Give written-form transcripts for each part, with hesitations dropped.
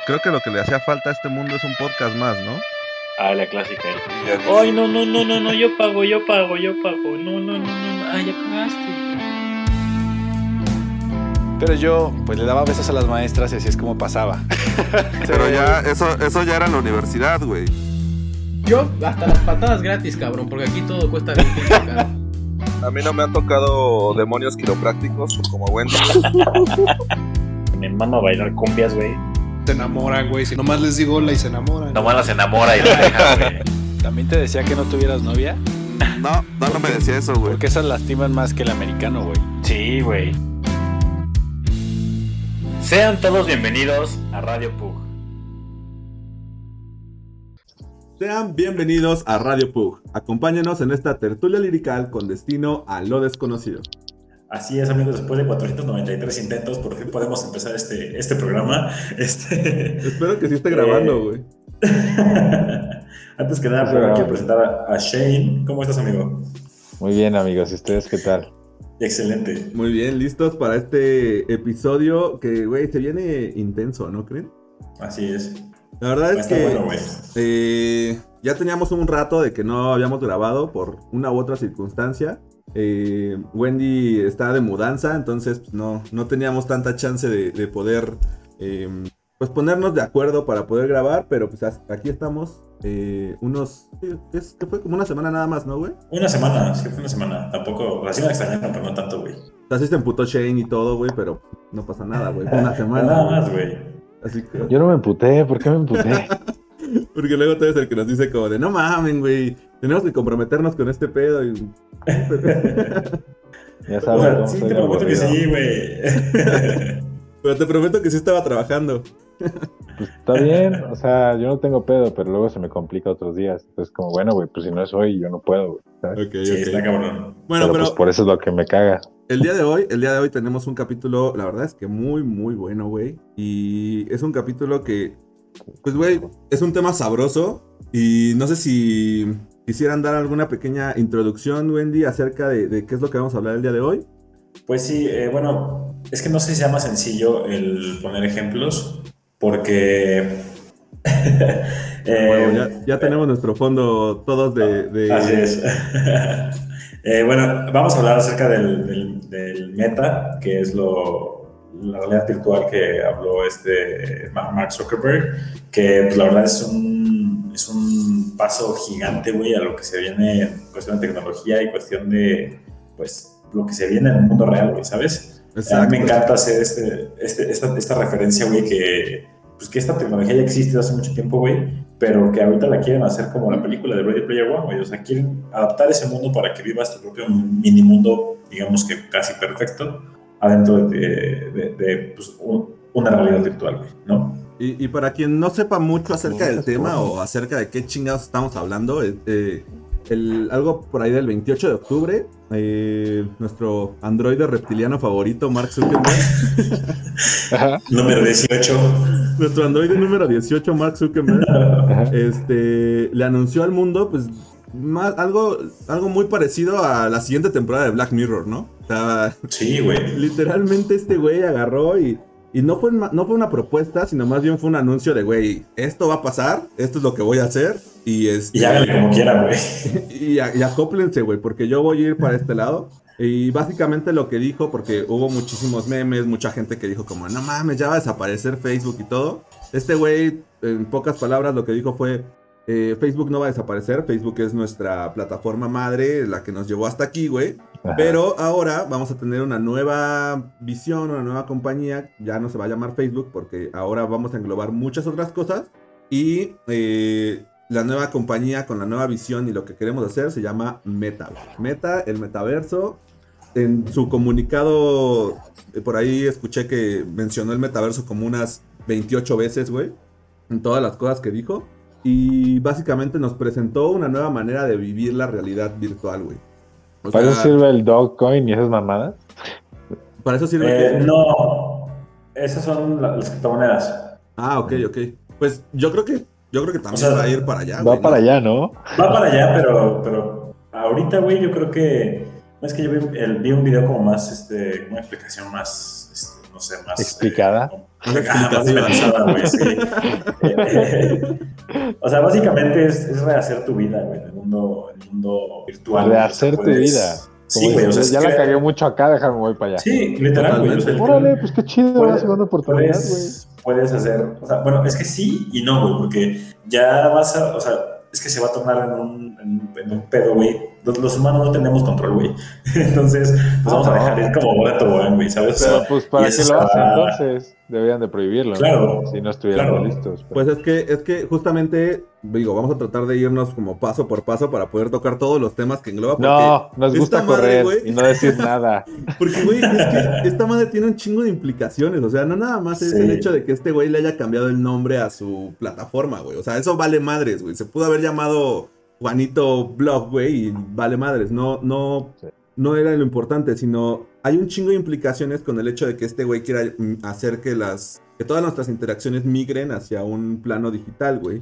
creo que lo que le hacía falta a este mundo es un podcast más, ¿no? Ah, la clásica. Ay, no, yo pago. No. Ay, ya pagaste. Pero yo, pues le daba besos a las maestras y así es como pasaba. Pero ya, eso ya era en la universidad, güey. Yo, hasta las patadas gratis, cabrón, porque aquí todo cuesta bien caro. A mí no me han tocado demonios quiroprácticos como Wendy. Me mama bailar cumbias, güey. Se enamoran, güey. Si nomás les digo hola y se enamoran. Nomás las enamora y la deja, güey. ¿También te decía que no tuvieras novia? No me decía eso, güey. Porque esas lastiman más que el americano, güey. Sí, güey. Sean todos bienvenidos a Radio Pug. Sean bienvenidos a Radio Pug. Acompáñenos en esta tertulia lirical con destino a lo desconocido. Así es, amigos, después de 493 intentos, por fin podemos empezar este programa. Espero que sí esté grabando, güey. Antes que nada, primero quiero presentar a Shane. ¿Cómo estás, amigo? Muy bien, amigos. ¿Y ustedes qué tal? Excelente. Muy bien, listos para este episodio que, güey, se viene intenso, ¿no creen? Así es. La verdad es que bueno, güey. Ya teníamos un rato de que no habíamos grabado por una u otra circunstancia. Wendy está de mudanza, entonces pues, no teníamos tanta chance de poder pues ponernos de acuerdo para poder grabar, pero pues aquí estamos que fue como una semana nada más, ¿no, güey? Una semana, sí fue una semana. Tampoco, así me extrañaron, pero no tanto, güey. Así se emputó Shane y todo, güey, pero no pasa nada, güey. Fue una semana. Nada más, güey. Así que... Yo no me emputé, ¿por qué me emputé? Porque luego tú eres el que nos dice como de, no mamen, güey, tenemos que comprometernos con este pedo y... Ya sabes, o sea, sí, te prometo que sí, güey. Pero te prometo que sí estaba trabajando. Pues está bien, o sea, yo no tengo pedo, pero luego se me complica otros días. Entonces como, bueno, güey, pues si no es hoy, yo no puedo, güey, ¿sabes? Okay. Está cabrón. Bueno, pero pues por eso es lo que me caga. El día de hoy tenemos un capítulo, la verdad es que muy, muy bueno, güey. Y es un capítulo que, pues, güey, es un tema sabroso. Y no sé si quisieran dar alguna pequeña introducción, Wendy, acerca de qué es lo que vamos a hablar el día de hoy. Pues sí, bueno, es que no sé si sea más sencillo el poner ejemplos, porque... Bueno, ya tenemos nuestro fondo todos de... Así es. Bueno, vamos a hablar acerca del meta, que es la realidad virtual que habló Mark Zuckerberg, que pues, la verdad es un paso gigante, güey, a lo que se viene en cuestión de tecnología y cuestión de, pues, lo que se viene en el mundo real, güey, ¿sabes? Exacto. A mí me encanta hacer esta referencia, güey, que esta tecnología ya existe hace mucho tiempo, güey, pero que ahorita la quieren hacer como la película de Ready Player One, güey. O sea, quieren adaptar ese mundo para que vivas tu propio mini mundo, digamos que casi perfecto, adentro de pues, una realidad virtual, güey, ¿no? Y para quien no sepa mucho acerca del tema o acerca de qué chingados estamos hablando, algo por ahí del 28 de octubre, nuestro androide reptiliano favorito, Mark Zuckerberg. Número 18. Nuestro androide número 18, Mark Zuckerberg, le anunció al mundo, pues, algo muy parecido a la siguiente temporada de Black Mirror, ¿no? O sea, sí, güey. Literalmente este güey agarró y no fue una propuesta, sino más bien fue un anuncio de, güey, esto va a pasar, esto es lo que voy a hacer. Y háganle como quieran, güey. Y acóplense, güey, porque yo voy a ir para este lado. Y básicamente lo que dijo, porque hubo muchísimos memes, mucha gente que dijo como, no mames, ya va a desaparecer Facebook y todo. Este güey, en pocas palabras, lo que dijo fue, Facebook no va a desaparecer, Facebook es nuestra plataforma madre, la que nos llevó hasta aquí, güey. Pero ahora vamos a tener una nueva visión, una nueva compañía, ya no se va a llamar Facebook, porque ahora vamos a englobar muchas otras cosas. Y la nueva compañía con la nueva visión y lo que queremos hacer se llama Meta. Meta, el metaverso. En su comunicado, por ahí escuché que mencionó el metaverso como unas 28 veces, güey, en todas las cosas que dijo. Y básicamente nos presentó una nueva manera de vivir la realidad virtual, güey. ¿Para eso sirve el Dogecoin y esas mamadas? ¿Para eso sirve? No, esas son las criptomonedas. Ah, ok. Pues yo creo que también va a ir para allá, güey. Va para allá, ¿no? Va para allá, pero ahorita, güey, yo creo que... Es que yo vi un video como más, una explicación más, no sé, más... ¿Explicada? Más dimensionada, güey, sí. O sea, básicamente es rehacer tu vida, güey, en el mundo virtual. Rehacer tu vida. Sí, güey, o sea, ya la cagué mucho acá, déjame voy para allá. Sí, literal, güey. O sea, órale, pues qué chido, una segunda oportunidad, güey. Puedes hacer, o sea, bueno, es que sí y no, güey, porque ya vas a, o sea, es que se va a tornar en un pedo, güey. Los humanos no tenemos control, güey. Entonces, pues vamos a dejar ir como bola tobogán, güey, ¿sabes? Pero pues para que lo hacen, entonces deberían de prohibirlo, claro, ¿no? Si no estuvieran listos. Pues es que justamente, digo, vamos a tratar de irnos como paso por paso para poder tocar todos los temas que engloba. No, nos gusta correr madre, y no decir nada. Porque, güey, es que esta madre tiene un chingo de implicaciones. O sea, no nada más es el hecho de que este güey le haya cambiado el nombre a su plataforma, güey. O sea, eso vale madres, güey. Se pudo haber llamado Juanito Blog, güey, y vale madres. No era lo importante, sino hay un chingo de implicaciones con el hecho de que este güey quiera hacer que todas nuestras interacciones migren hacia un plano digital, güey.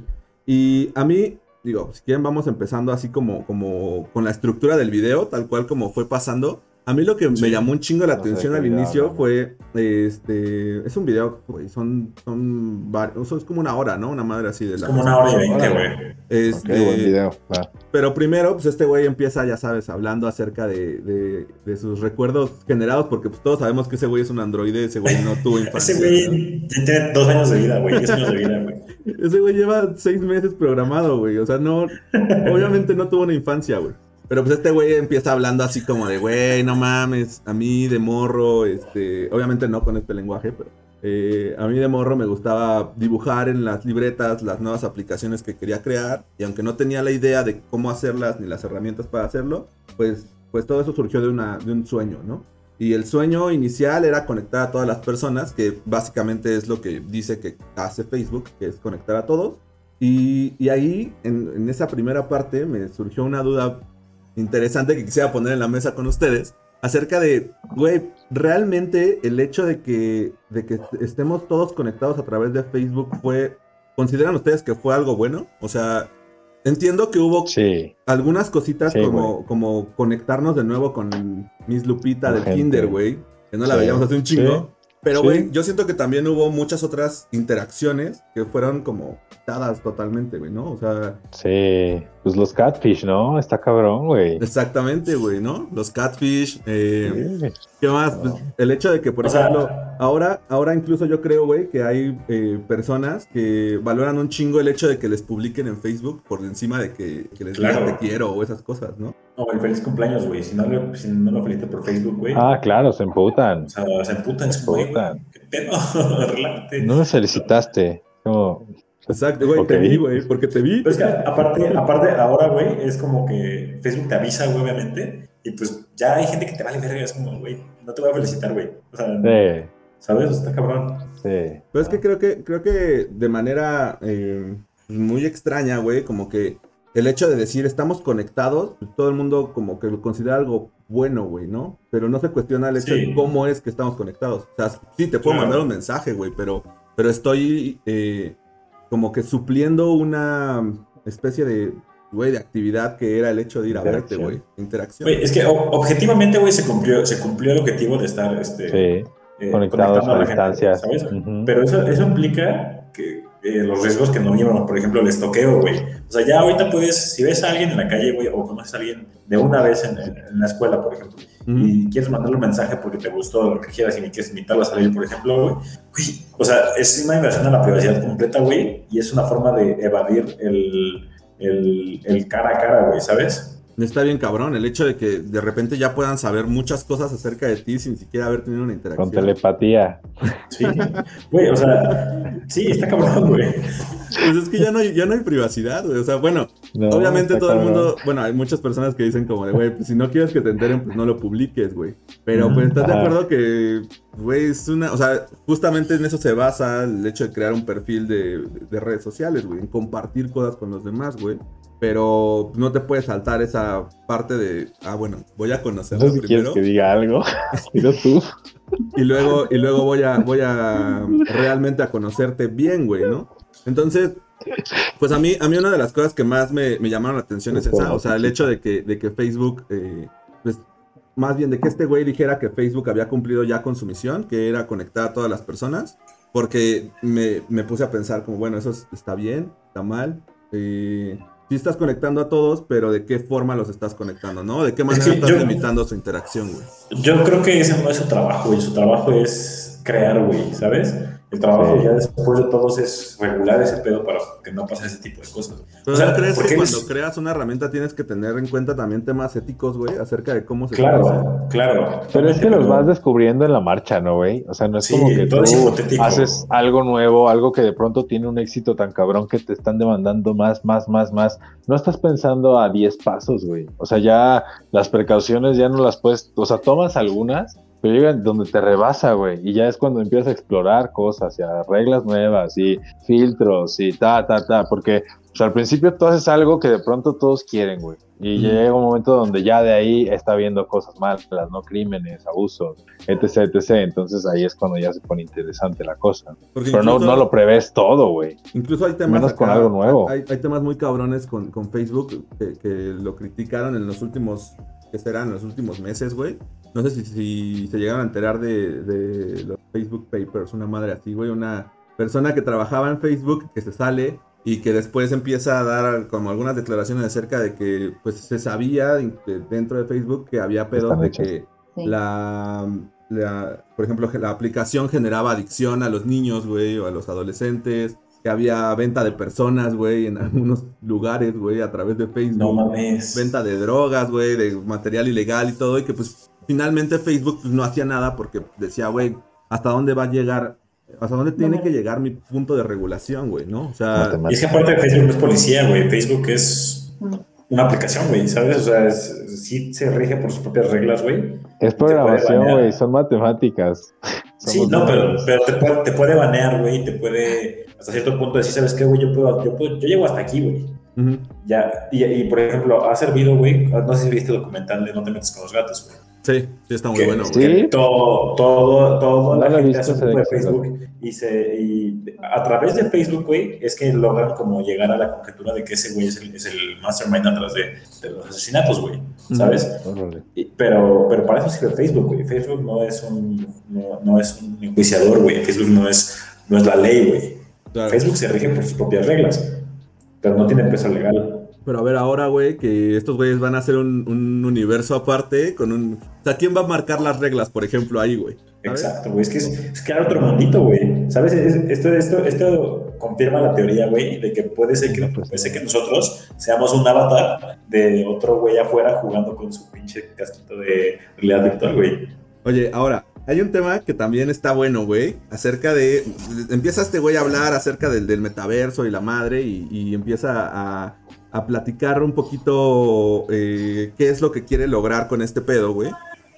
Y a mí, digo, si quieren vamos empezando así como con la estructura del video, tal cual como fue pasando. A mí lo que me llamó un chingo la atención al inicio fue, es un video, güey, son varios, es como una hora, ¿no? Una madre así de la... Como una hora y 20, güey. Buen video. Pero primero, pues este güey empieza, ya sabes, hablando acerca de sus recuerdos generados, porque pues todos sabemos que ese güey es un androide, ese güey no tuvo infancia. Ese güey tiene 2 años de vida, güey, 10 años de vida, güey. Ese güey lleva 6 meses programado, güey, o sea, obviamente no tuvo una infancia, güey. Pero pues este güey empieza hablando así como de, güey, no mames, a mí de morro, obviamente no con este lenguaje, pero a mí de morro me gustaba dibujar en las libretas las nuevas aplicaciones que quería crear, y aunque no tenía la idea de cómo hacerlas ni las herramientas para hacerlo, pues todo eso surgió de un sueño, ¿no? Y el sueño inicial era conectar a todas las personas, que básicamente es lo que dice que hace Facebook, que es conectar a todos. Y ahí, en esa primera parte, me surgió una duda interesante que quisiera poner en la mesa con ustedes acerca de, güey, realmente el hecho de que estemos todos conectados a través de Facebook ¿consideran ustedes que fue algo bueno? O sea, entiendo que hubo algunas cositas como conectarnos de nuevo con Miss Lupita del Kinder, güey, que no la veíamos hace un chingo. Pero, güey, yo siento que también hubo muchas otras interacciones que fueron como dadas totalmente, güey, ¿no? O sea... Sí, pues los catfish, ¿no? Está cabrón, güey. Exactamente, güey, ¿no? Los catfish. ¿Qué más? Pues, el hecho de que, por ejemplo, ahora incluso yo creo, güey, que hay personas que valoran un chingo el hecho de que les publiquen en Facebook por encima de que les digan te quiero o esas cosas, ¿no? O el feliz cumpleaños, güey. Si no lo felicité por Facebook, güey. Ah, claro, se emputan. O sea, se emputan. ¿Qué pedo? Relájate. No me felicitaste. Como... Exacto, güey, te vi, güey, porque te vi. Pero es que aparte ahora, güey, es como que Facebook te avisa, güey, obviamente. Y pues ya hay gente que te vale verga. Es como, güey, no te voy a felicitar, güey. O sea, ¿sabes? Está cabrón. Sí. Pero es que creo que de manera muy extraña, güey, como que el hecho de decir estamos conectados, pues todo el mundo como que lo considera algo bueno, güey, ¿no? Pero no se cuestiona el hecho de cómo es que estamos conectados. O sea, sí, te puedo mandar un mensaje, güey, pero estoy como que supliendo una especie de actividad que era el hecho de ir a verte, güey. Interacción. Güey, es que objetivamente, güey, se cumplió el objetivo de estar conectados a distancia, ¿sabes? Pero eso implica que los riesgos que no llevan, por ejemplo, el estoqueo, güey. O sea, ya ahorita puedes, si ves a alguien en la calle, güey, o conoces a alguien de una vez en la escuela, por ejemplo, y quieres mandarle un mensaje porque te gustó lo que quieras y ni quieres invitarlo a salir, por ejemplo, güey, o sea, es una invasión a la privacidad completa, güey, y es una forma de evadir el cara a cara, güey, ¿sabes? Está bien cabrón el hecho de que de repente ya puedan saber muchas cosas acerca de ti sin siquiera haber tenido una interacción. Con telepatía. Sí, güey, o sea, sí, está cabrón, güey. Pues es que ya no hay privacidad, güey. O sea, bueno, obviamente todo el mundo, bueno, hay muchas personas que dicen como de, güey, pues si no quieres que te enteren, pues no lo publiques, güey. Pero pues estás de acuerdo que, güey, o sea, justamente en eso se basa el hecho de crear un perfil de redes sociales, güey, en compartir cosas con los demás, güey. Pero no te puedes saltar esa parte de, bueno, voy a conocerlo primero. ¿Quieres que diga algo? Dilo tú. Y luego voy a realmente a conocerte bien, güey, ¿no? Entonces, pues a mí una de las cosas que más me llamaron la atención es esa, o sea, el hecho de que Facebook, pues más bien de que este güey dijera que Facebook había cumplido ya con su misión, que era conectar a todas las personas. porque me puse a pensar como, bueno, eso está bien, está mal. Sí estás conectando a todos, pero ¿de qué forma los estás conectando, no? ¿De qué manera estás limitando su interacción, güey? Yo creo que ese no es su trabajo, güey. Su trabajo es crear, güey, ¿sabes? El trabajo ya después de todos es regular ese pedo para que no pase ese tipo de cosas. Pero ¿no crees que cuando creas una herramienta tienes que tener en cuenta también temas éticos, güey? Acerca de cómo se Claro. Pero es que los vas descubriendo en la marcha, ¿no, güey? O sea, no es como que tú haces algo nuevo, algo que de pronto tiene un éxito tan cabrón que te están demandando más. No estás pensando a 10 pasos, güey. O sea, ya las precauciones ya no las puedes... O sea, tomas algunas, pero llegan donde te rebasa, güey, y ya es cuando empiezas a explorar cosas, y a reglas nuevas, y filtros, y porque o sea, al principio tú haces algo que de pronto todos quieren, güey, y llega un momento donde ya de ahí está viendo cosas malas, ¿no? Crímenes, abusos, etc, entonces ahí es cuando ya se pone interesante la cosa. Porque pero incluso, no lo prevés todo, güey. Incluso hay temas menos acá, con algo nuevo. Hay temas muy cabrones con Facebook que lo criticaron en los últimos, ¿qué serán? En los últimos meses, güey. No sé si se llegaron a enterar de los Facebook Papers, una madre así, güey, una persona que trabajaba en Facebook que se sale y que después empieza a dar como algunas declaraciones acerca de que pues se sabía dentro de Facebook que había pedos de que por ejemplo, la aplicación generaba adicción a los niños, güey, o a los adolescentes, que había venta de personas, güey, en algunos lugares, güey, a través de Facebook. No mames. Venta de drogas, güey, de material ilegal y todo, y que pues finalmente Facebook pues, no hacía nada porque decía, güey, ¿hasta dónde va a llegar? ¿Hasta dónde tiene que llegar mi punto de regulación, güey, no? O sea... Y es que aparte de Facebook no es policía, güey. Facebook es una aplicación, güey, ¿sabes? O sea, sí se rige por sus propias reglas, güey. Es programación, güey, son matemáticas. Sí, no, pero te puede banear, güey, te puede hasta cierto punto decir, ¿sabes qué, güey? Yo llego hasta aquí, güey. Uh-huh. Ya, y por ejemplo, ha servido, güey, no sé si viste el documental de No te metes con los gatos, güey. Sí, está muy bueno. ¿Sí? Todo la gente hace un grupo de Facebook y a través de Facebook, güey, es que logran como llegar a la conjetura de que ese güey es el mastermind atrás de los asesinatos, güey, ¿sabes? Pero para eso sirve Facebook, güey. Facebook no es un enjuiciador, güey. Facebook no es la ley, güey. Claro. Facebook se rige por sus propias reglas, pero no tiene peso legal. Pero a ver ahora, güey, que estos güeyes van a hacer un universo aparte con un... O sea, ¿quién va a marcar las reglas, por ejemplo, ahí, güey? Exacto, güey. Es crear otro mundito, güey. ¿Sabes? Esto confirma la teoría, güey, de que puede ser que nosotros seamos un avatar de otro güey afuera jugando con su pinche casquito de realidad virtual, güey. Oye, ahora, hay un tema que también está bueno, güey, acerca de... Empieza este güey a hablar acerca del metaverso y la madre y empieza a platicar un poquito qué es lo que quiere lograr con este pedo, güey.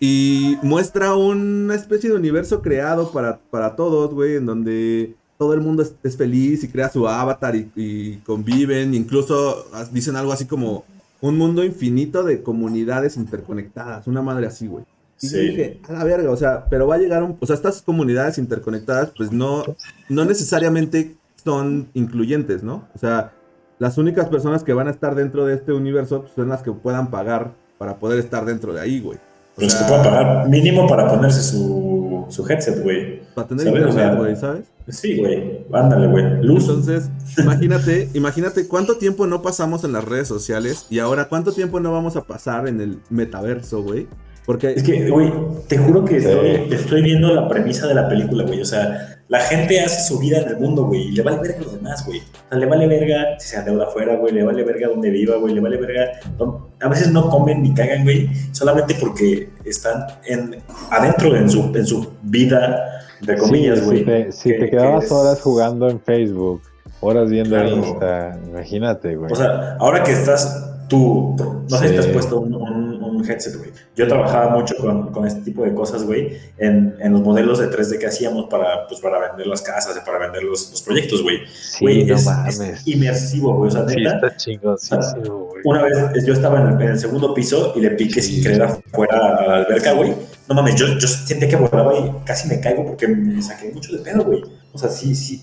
Y muestra una especie de universo creado para todos, güey, en donde todo el mundo es feliz y crea su avatar y conviven. Incluso dicen algo así como un mundo infinito de comunidades interconectadas. Una madre así, güey. Y yo dije, a la verga, o sea, pero va a llegar o sea, estas comunidades interconectadas, pues no necesariamente son incluyentes, ¿no? O sea, las únicas personas que van a estar dentro de este universo pues, son las que puedan pagar para poder estar dentro de ahí, güey. Pero es que puedan pagar mínimo para ponerse su headset, güey. Para tener internet, güey, ¿sabes? Sí, güey. Ándale, güey. Luz. Entonces, imagínate cuánto tiempo no pasamos en las redes sociales y ahora cuánto tiempo no vamos a pasar en el metaverso, güey. Porque... Es que, güey, te juro que estoy viendo la premisa de la película, güey. O sea, la gente hace su vida en el mundo, güey, y le vale verga a los demás, güey. O sea, le vale verga si se endeuda afuera, güey, le vale verga donde viva, güey, le vale verga... A veces no comen ni cagan, güey, solamente porque están adentro en su vida, de comillas, güey. Si te quedabas horas jugando en Facebook, horas viendo Insta, imagínate, güey. O sea, ahora que estás tú, no sé si te has puesto un headset, güey. Yo trabajaba mucho con este tipo de cosas, güey, en los modelos de 3D que hacíamos para vender las casas, para vender los proyectos, güey. Sí, güey, no es inmersivo, güey. O sea, sí, neta, está chingosísimo, güey. Una vez yo estaba en el segundo piso y le piqué sin querer afuera a la alberca, güey. No mames, yo sentía que volaba y casi me caigo porque me saqué mucho de pedo, güey. O sea, sí,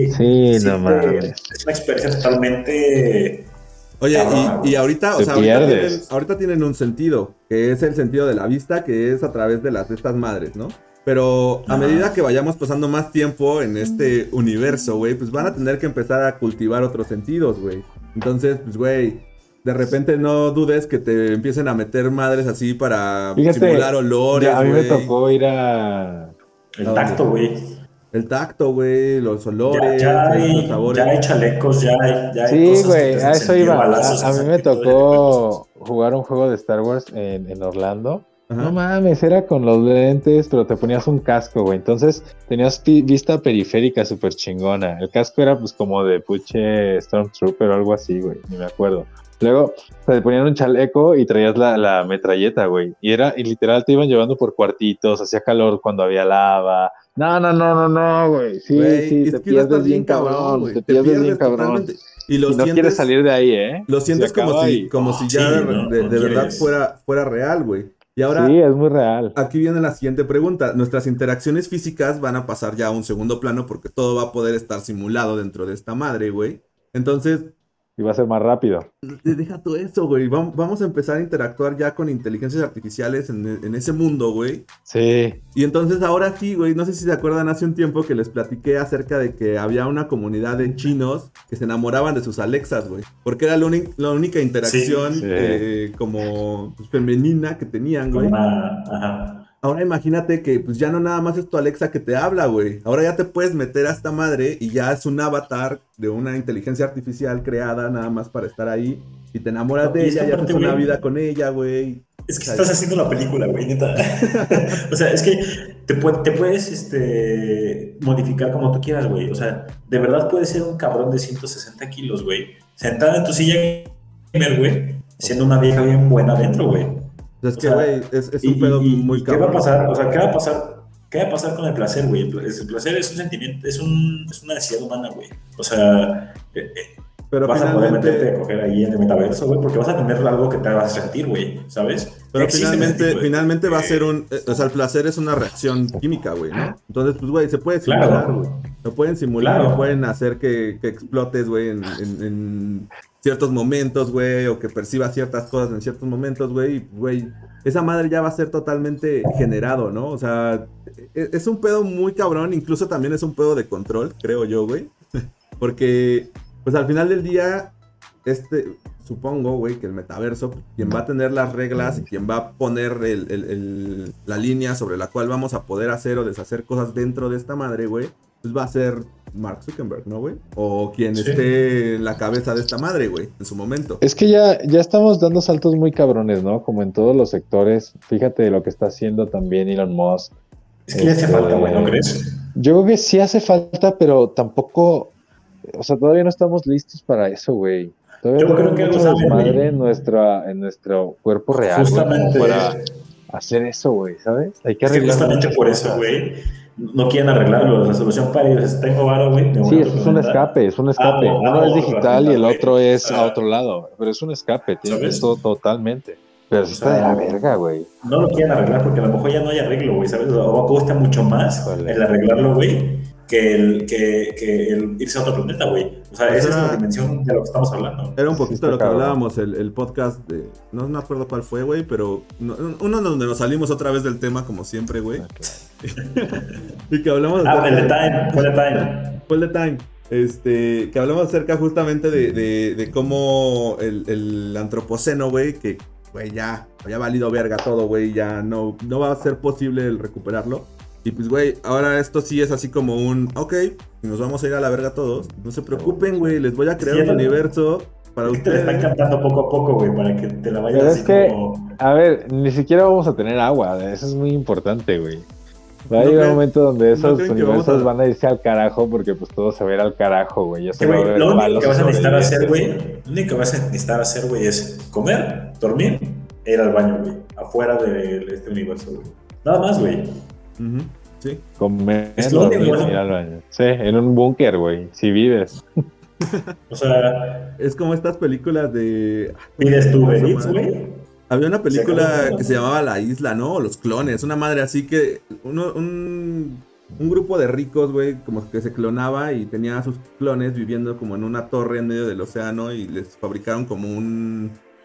no mames. Es una experiencia totalmente... Oye, y ahorita, o sea, ahorita tienen un sentido, que es el sentido de la vista, que es a través de estas madres, ¿no? Pero a medida que vayamos pasando más tiempo en este universo, güey, pues van a tener que empezar a cultivar otros sentidos, güey. Entonces, pues, güey, de repente no dudes que te empiecen a meter madres así para simular olores, a mí me tocó ir a... El tacto, güey. El tacto, güey, los olores, los sabores. Ya hay chalecos, ya hay sí, cosas güey, a eso iba. A mí me tocó de... jugar un juego de Star Wars en Orlando. Ajá. No mames, era con los lentes, pero te ponías un casco, güey. Entonces tenías vista periférica súper chingona. El casco era pues como de puche Stormtrooper o algo así, güey, ni me acuerdo. Luego te ponían un chaleco y traías la metralleta, güey. Y literal te iban llevando por cuartitos, hacía calor cuando había lava. No, güey. Sí, te pierdes bien cabrón, güey. Te pierdes bien cabrón. Y no quieres salir de ahí, ¿eh? Lo sientes como si ya de verdad fuera real, güey. Y ahora, sí, es muy real. Aquí viene la siguiente pregunta. Nuestras interacciones físicas van a pasar ya a un segundo plano porque todo va a poder estar simulado dentro de esta madre, güey. Entonces... Y va a ser más rápido. Deja todo eso, güey. Vamos a empezar a interactuar ya con inteligencias artificiales en ese mundo, güey. Sí. Y entonces ahora sí, güey, no sé si se acuerdan hace un tiempo que les platiqué acerca de que había una comunidad de chinos que se enamoraban de sus Alexas, güey. Porque era la única interacción como femenina que tenían, güey. Ajá. Ahora imagínate que pues ya no nada más es tu Alexa que te habla, güey. Ahora ya te puedes meter a esta madre y ya es un avatar de una inteligencia artificial creada nada más para estar ahí. Y te enamoras de ella, ya haces una vida con ella, güey. Es que estás haciendo la película, güey, neta. O sea, es que te puedes modificar como tú quieras, güey. O sea, de verdad puedes ser un cabrón de 160 kilos, güey. Sentada en tu silla gamer, güey. Siendo una vieja bien buena adentro, güey. Es que, güey, es un pedo muy cabrón. ¿Qué va a pasar? O sea, ¿qué va a pasar con el placer, güey? El placer es un sentimiento, es una necesidad humana, güey. O sea, pero vas a poder meterte a coger ahí en el metaverso, güey, porque vas a tener algo que te haga sentir, güey, ¿sabes? Pero finalmente va a ser o sea, el placer es una reacción química, güey, ¿no? Entonces, pues, güey, se puede simular, güey. Lo pueden simular y pueden hacer que explotes, güey, en ciertos momentos, güey, o que perciba ciertas cosas en ciertos momentos, güey, y, güey, esa madre ya va a ser totalmente generado, ¿no? O sea, es un pedo muy cabrón, incluso también es un pedo de control, creo yo, güey, porque, pues, al final del día, supongo, güey, que el metaverso, quien va a tener las reglas y quien va a poner la línea sobre la cual vamos a poder hacer o deshacer cosas dentro de esta madre, güey, pues va a ser Mark Zuckerberg, ¿no, güey? O quien esté en la cabeza de esta madre, güey, en su momento. Es que ya estamos dando saltos muy cabrones, ¿no? Como en todos los sectores. Fíjate lo que está haciendo también Elon Musk. Es que ya hace falta, güey, ¿no crees? Yo creo que sí hace falta, pero tampoco... O sea, todavía no estamos listos para eso, güey. Todavía yo creo que mucho desmadre en nuestro cuerpo real, justamente, güey, para hacer eso, güey, ¿sabes? Hay que arreglarlo. Justamente por eso, güey, no quieren arreglarlo. La solución para ellos es: tengo varo, güey. Sí, es un escape. Uno es digital y el otro es a otro lado. Pero es un escape, tienes todo totalmente. Pero sí está de la verga, güey. No lo quieren arreglar porque a lo mejor ya no hay arreglo, güey, ¿sabes? O cuesta mucho más el arreglarlo, güey, que el irse a otro planeta, güey. O sea, esa es la dimensión de lo que estamos hablando. Era un poquito de lo que hablábamos, el podcast de... No me acuerdo cuál fue, güey, pero... uno donde nos salimos otra vez del tema, como siempre, güey. Y que hablamos... Fue el Time. Que hablamos acerca justamente de cómo el antropoceno, güey, que, güey, ya había valido verga todo, güey, ya no va a ser posible el recuperarlo. Y pues, güey, ahora esto sí es así como ok, nos vamos a ir a la verga todos. No se preocupen, güey, les voy a crear un universo para ustedes. Te la están cantando poco a poco, güey, para que te la vayas así así como... A ver, ni siquiera vamos a tener agua, eso es muy importante, güey. Va a llegar un momento donde esos universos van a irse al carajo porque pues todo se va a ir al carajo, güey. Lo único que vas a necesitar hacer, güey, es comer, dormir e ir al baño, güey. Afuera de este universo, güey. Nada más, güey. Sí. Comer, dormir, ir al baño. Sí, en un búnker, güey, si vives. O sea... Es como estas películas de... ¿Pides tu Eats, güey? Había una película que se llamaba La Isla, ¿no? O Los Clones, una madre así que un grupo de ricos, güey, como que se clonaba y tenía a sus clones viviendo como en una torre en medio del océano y les fabricaron como un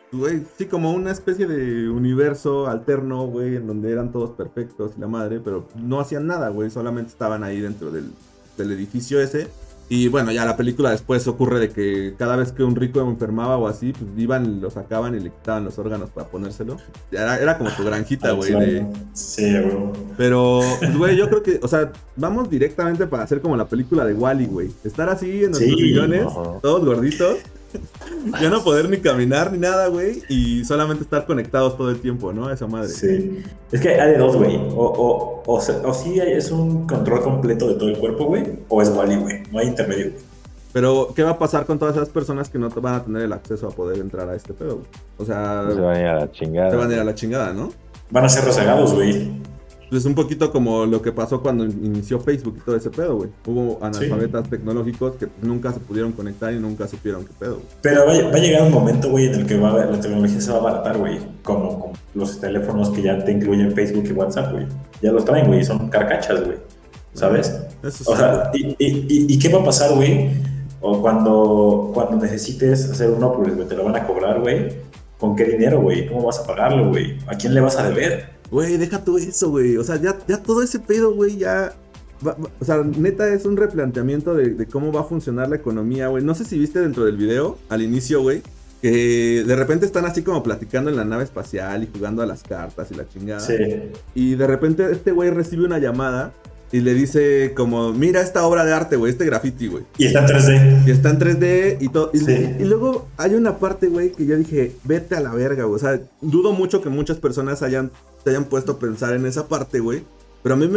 güey, sí, como una especie de universo alterno, güey, en donde eran todos perfectos y la madre, pero no hacían nada, güey, solamente estaban ahí dentro del edificio ese. Y bueno, ya la película después ocurre de que cada vez que un rico enfermaba o así, pues iban, lo sacaban y le quitaban los órganos para ponérselo. Era como tu granjita, güey. Sí, güey. Pero, pues, güey, yo creo que, o sea, vamos directamente para hacer como la película de Wall-E, güey. Estar así en nuestros sillones, todos gorditos. Ya no poder ni caminar ni nada, güey. Y solamente estar conectados todo el tiempo, ¿no? A esa madre. Sí. Es que hay de dos, güey. O sí es un control completo de todo el cuerpo, güey. O es Wall-E, güey. No hay intermedio, güey. Pero, ¿qué va a pasar con todas esas personas que no van a tener el acceso a poder entrar a este pedo, güey? O sea... Se van a ir a la chingada. Se van a ir a la chingada, ¿no? Van a ser rezagados, güey. Es un poquito como lo que pasó cuando inició Facebook y todo ese pedo, güey. Hubo analfabetas tecnológicos que nunca se pudieron conectar y nunca supieron qué pedo, güey. Pero va a llegar un momento, güey, en el que la tecnología se va a abaratar, güey. Como los teléfonos que ya te incluyen Facebook y WhatsApp, güey. Ya los traen, güey. Son carcachas, güey. ¿Sabes? Eso o sea, ¿y qué va a pasar, güey? O cuando necesites hacer un upload, güey, te lo van a cobrar, güey. ¿Con qué dinero, güey? ¿Cómo vas a pagarlo, güey? ¿A quién le vas a deber? Güey, deja todo eso, güey. O sea, ya todo ese pedo, güey, ya... o sea, neta es un replanteamiento de cómo va a funcionar la economía, güey. No sé si viste dentro del video, al inicio, güey, que de repente están así como platicando en la nave espacial y jugando a las cartas y la chingada. Sí. Y de repente este güey recibe una llamada y le dice como, mira esta obra de arte, güey, este graffiti, güey. Y está en 3D. Y está en 3D y todo. Sí. Y luego hay una parte, güey, que yo dije, vete a la verga, güey. O sea, dudo mucho que muchas personas se hayan puesto a pensar en esa parte, güey. Pero a mí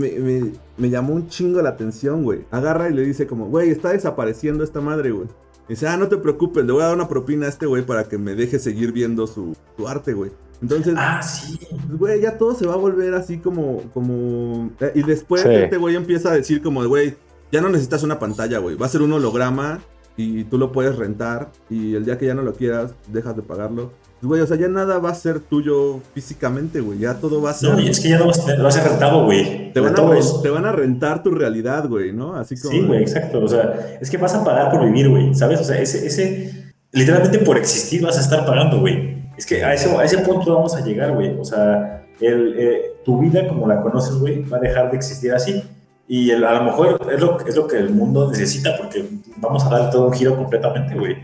me llamó un chingo la atención, güey. Agarra y le dice como, güey, está desapareciendo esta madre, güey. Dice, no te preocupes, le voy a dar una propina a este güey para que me deje seguir viendo su arte, güey. Entonces, sí. Güey, ya todo se va a volver así como... Y después este güey empieza a decir como, güey, ya no necesitas una pantalla, güey. Va a ser un holograma y tú lo puedes rentar y el día que ya no lo quieras, dejas de pagarlo. Güey, o sea, ya nada va a ser tuyo físicamente, güey. Ya todo va a ser... No, y es que ya no va a ser rentado, güey. Te van a rentar tu realidad, güey, ¿no? Así como... Sí, güey, exacto. O sea, es que vas a pagar por vivir, güey, ¿sabes? O sea, ese literalmente por existir vas a estar pagando, güey. Es que a ese punto vamos a llegar, güey. O sea, tu vida como la conoces, güey, va a dejar de existir así. Y a lo mejor es lo que el mundo necesita, porque vamos a dar todo un giro completamente, güey.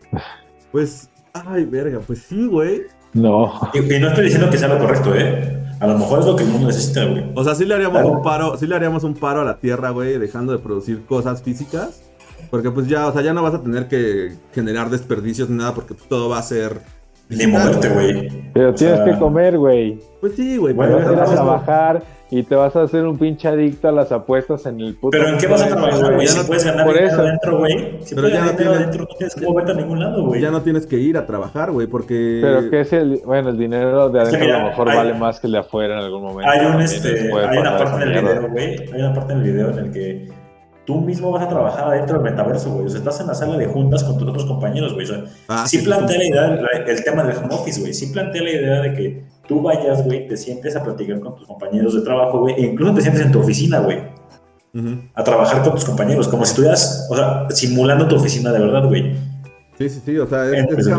Pues, ay, verga, pues sí, güey. No. Y no estoy diciendo que sea lo correcto, A lo mejor es lo que el mundo necesita, güey. O sea, sí le haríamos un paro a la Tierra, güey, dejando de producir cosas físicas. Porque pues ya, o sea, ya no vas a tener que generar desperdicios ni nada, porque pues, todo va a ser... Ni moverte, güey. Pero tienes que comer, güey. Pues sí, güey. Bueno, vas a ir a trabajar y te vas a hacer un pinche adicto a las apuestas en el puto... ¿Pero en qué vas a trabajar, güey? Si puedes ganar dinero adentro, güey. Si puedes ganar dinero adentro, no tienes que moverte a ningún lado, güey. Ya no tienes que ir a trabajar, güey, porque... Pero que es el dinero de adentro a lo mejor vale más que el de afuera en algún momento. Hay una parte en el video, güey. Hay una parte en el video en el que tú mismo vas a trabajar adentro del metaverso, güey. O sea, estás en la sala de juntas con tus otros compañeros, güey. O sea, sí plantea la idea, el tema del home office, güey. Sí plantea la idea de que tú vayas, güey, te sientes a platicar con tus compañeros de trabajo, güey. E incluso te sientes en tu oficina, güey. A trabajar con tus compañeros. Como si estuvieras, o sea, simulando tu oficina de verdad, güey. Sí. O sea,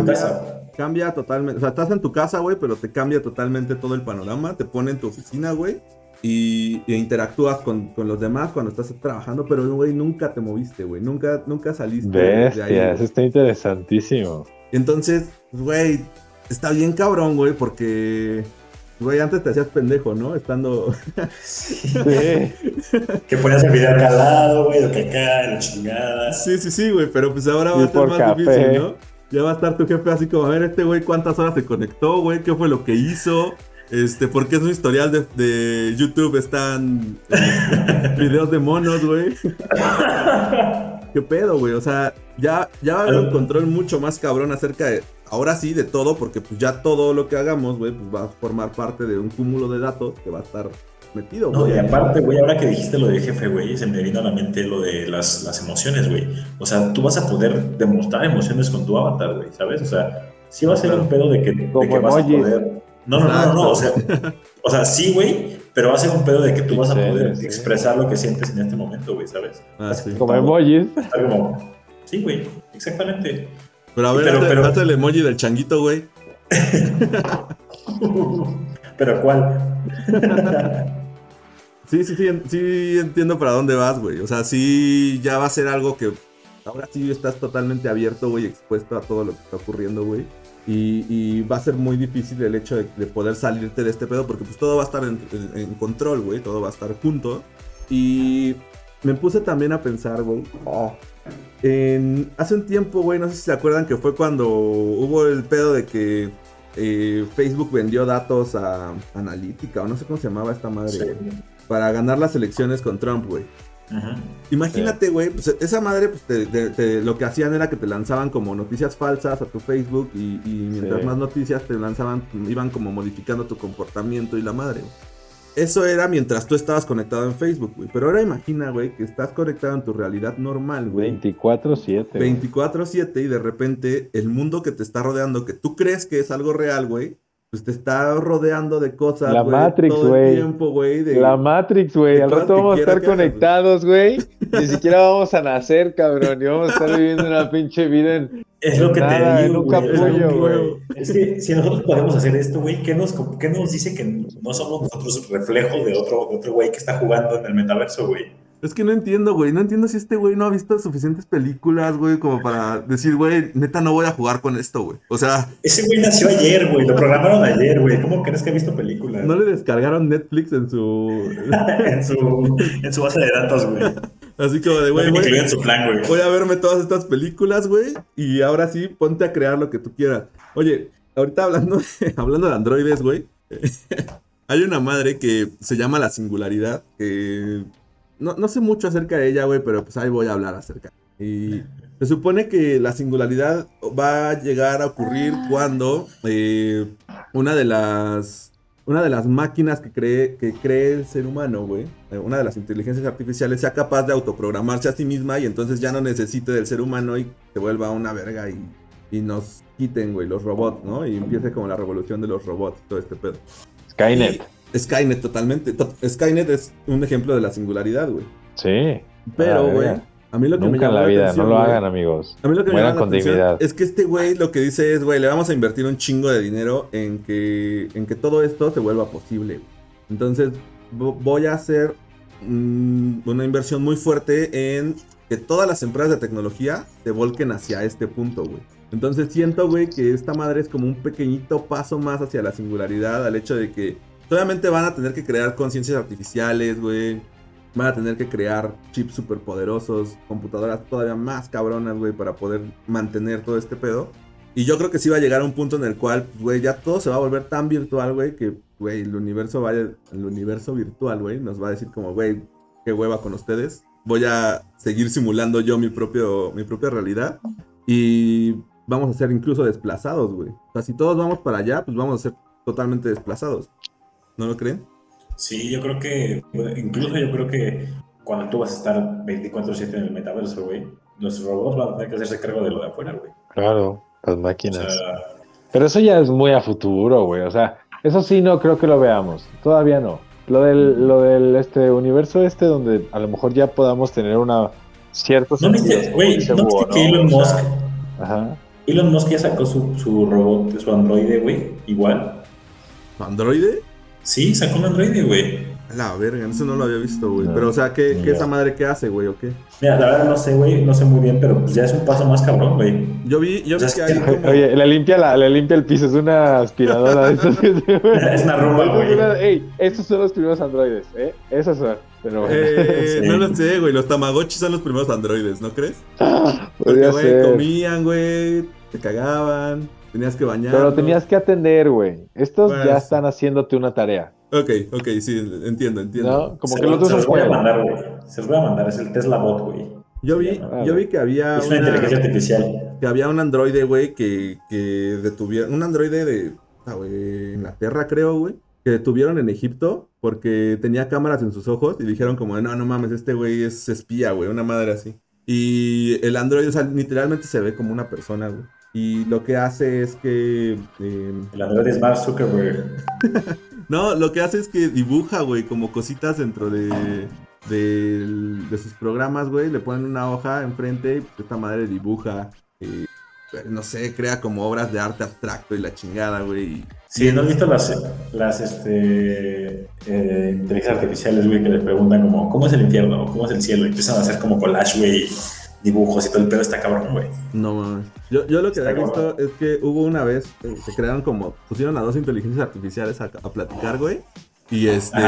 cambia totalmente. O sea, estás en tu casa, güey, pero te cambia totalmente todo el panorama. Te pone en tu oficina, güey. Y interactúas con los demás cuando estás trabajando, pero, güey, nunca te moviste, güey. Nunca saliste de ahí. Eso está interesantísimo. Entonces, güey, está bien cabrón, güey, porque, güey, antes te hacías pendejo, ¿no? Estando... Sí. Que ponías el video acá al lado, güey, lo que acá, la chingada. Sí, güey, pero pues ahora va a ser más difícil, ¿no? Ya va a estar tu jefe así como, a ver, este güey, ¿cuántas horas se conectó, güey? ¿Qué fue lo que hizo? ¿Por qué en su historial de YouTube están videos de monos, güey? ¿Qué pedo, güey? O sea, ya va a haber un control mucho más cabrón acerca de, ahora sí, de todo, porque pues ya todo lo que hagamos, güey, pues va a formar parte de un cúmulo de datos que va a estar metido, güey. No, y aparte, güey, ahora que dijiste lo del jefe, güey, se me vino a la mente lo de las emociones, güey. O sea, tú vas a poder demostrar emociones con tu avatar, güey, ¿sabes? O sea, sí va a ser un pedo de que vas a poder... No, o sea, sí, güey, pero va a ser un pedo de que tú vas a poder expresar lo que sientes en este momento, güey, ¿sabes? Como emojis. Sí, güey, exactamente. Pero a ver, haz el emoji del changuito, güey. ¿Pero cuál? Sí, entiendo para dónde vas, güey. O sea, sí, ya va a ser algo que ahora sí estás totalmente abierto, güey, expuesto a todo lo que está ocurriendo, güey. Y va a ser muy difícil el hecho de poder salirte de este pedo, porque pues todo va a estar en control, güey, todo va a estar junto. Y me puse también a pensar, güey, hace un tiempo, güey, no sé si se acuerdan que fue cuando hubo el pedo de que Facebook vendió datos a Analytica, o no sé cómo se llamaba esta madre, sí, para ganar las elecciones con Trump, güey. Uh-huh. Imagínate, güey, pues esa madre, pues lo que hacían era que te lanzaban como noticias falsas a tu Facebook y mientras más noticias te lanzaban, iban como modificando tu comportamiento y la madre, güey. Eso era mientras tú estabas conectado en Facebook, güey. Pero ahora imagina, güey, que estás conectado en tu realidad normal, güey. 24/7. 24/7 y de repente el mundo que te está rodeando, que tú crees que es algo real, güey, pues te está rodeando de cosas, la güey, Matrix, todo güey. el tiempo, güey. La Matrix, güey. Al rato vamos a estar conectados, güey. Ni siquiera vamos a nacer, cabrón. Y vamos a estar viviendo una pinche vida en... Es lo que nada, te digo, un capullo, güey. Es que si nosotros podemos hacer esto, güey, ¿qué nos dice que no somos nosotros reflejo de otro güey que está jugando en el metaverso, güey? Es que no entiendo, güey. No entiendo si este güey no ha visto suficientes películas, güey, como para decir, güey, neta, no voy a jugar con esto, güey. O sea... Ese güey nació ayer, güey. Lo programaron ayer, güey. ¿Cómo crees que ha visto películas? ¿No le descargaron Netflix en su... en su base de datos, güey? Así como de, güey, en su plan, güey. Voy a verme todas estas películas, güey, y ahora sí, ponte a crear lo que tú quieras. Oye, ahorita hablando de androides, güey, hay una madre que se llama La Singularidad, que no sé mucho acerca de ella, güey, pero pues ahí voy a hablar acerca. Y se supone que la singularidad va a llegar a ocurrir cuando una de las máquinas que cree el ser humano, güey, una de las inteligencias artificiales sea capaz de autoprogramarse a sí misma y entonces ya no necesite del ser humano y se vuelva una verga y nos quiten, güey, los robots, ¿no? Y empiece como la revolución de los robots, todo este pedo. Skynet. Skynet, totalmente. Skynet es un ejemplo de la singularidad, güey. Sí. Pero, güey, a mí lo que nunca me llama en la vida, atención, no lo güey, hagan, amigos. A mí lo que mueran me llama con la atención dignidad. es que este güey lo que dice es, güey, le vamos a invertir un chingo de dinero en que todo esto se vuelva posible, güey. Entonces, voy a hacer una inversión muy fuerte en que todas las empresas de tecnología se volquen hacia este punto, güey. Entonces siento, güey, que esta madre es como un pequeñito paso más hacia la singularidad, al hecho de que obviamente van a tener que crear conciencias artificiales, güey. Van a tener que crear chips superpoderosos, computadoras todavía más cabronas, güey, para poder mantener todo este pedo. Y yo creo que sí va a llegar a un punto en el cual, güey, ya todo se va a volver tan virtual, güey, que, güey, el universo virtual, güey, nos va a decir como, güey, qué hueva con ustedes. Voy a seguir simulando yo mi propia realidad. Y vamos a ser incluso desplazados, güey. O sea, si todos vamos para allá, pues vamos a ser totalmente desplazados. ¿No lo creen? Sí, yo creo que cuando tú vas a estar 24/7 en el metaverso, güey, los robots van a tener que hacerse cargo de lo de afuera, güey. Claro, las máquinas. O sea, pero eso ya es muy a futuro, güey. O sea, eso sí no creo que lo veamos. Todavía no. Lo del universo donde a lo mejor ya podamos tener una cierta... ¿No viste, güey? ¿No viste que Elon Musk? Ajá. Elon Musk ya sacó su robot, su androide, güey, igual. ¿Androide? Sí, sacó un androide, güey. A la verga, eso no lo había visto, güey. No, pero, o sea, ¿qué esa madre qué hace, güey, o qué? Mira, la verdad no sé, güey, no sé muy bien, pero pues ya es un paso más cabrón, güey. Yo vi que hay como... Oye, le limpia el piso, es una aspiradora. Es una rumba, güey. Ey, estos son los primeros androides, ¿eh? Esos son. Pero sí. No lo sé, güey, los Tamagotchi son los primeros androides, ¿no crees? Porque, güey, comían, güey, te cagaban, tenías que bañar. Pero tenías que atender, güey. Estos pues... ya están haciéndote una tarea. Ok, sí, entiendo. No, como que los otros se los voy a mandar, güey. Se los voy a mandar, es el Tesla Bot, güey. Yo vi que había es una inteligencia artificial. Que había un androide, güey, que detuvieron. Un androide de Inglaterra, creo, güey. Que detuvieron en Egipto porque tenía cámaras en sus ojos y dijeron como, no mames, este güey es espía, güey, una madre así. Y el androide, o sea, literalmente se ve como una persona, güey. Y lo que hace es que... el androide es Mark Zuckerberg. No, lo que hace es que dibuja, güey, como cositas dentro de sus programas, güey. Le ponen una hoja enfrente y esta madre dibuja no sé, crea como obras de arte abstracto y la chingada, güey. Sí, ¿no has visto las inteligencias artificiales, güey, que les preguntan como, ¿cómo es el infierno? ¿Cómo es el cielo? Y empiezan a hacer como collage, güey, dibujos y todo el pedo está cabrón, güey. No mames. Yo lo que he visto es que hubo una vez, se crearon como, pusieron a 2 inteligencias artificiales a platicar, güey. Y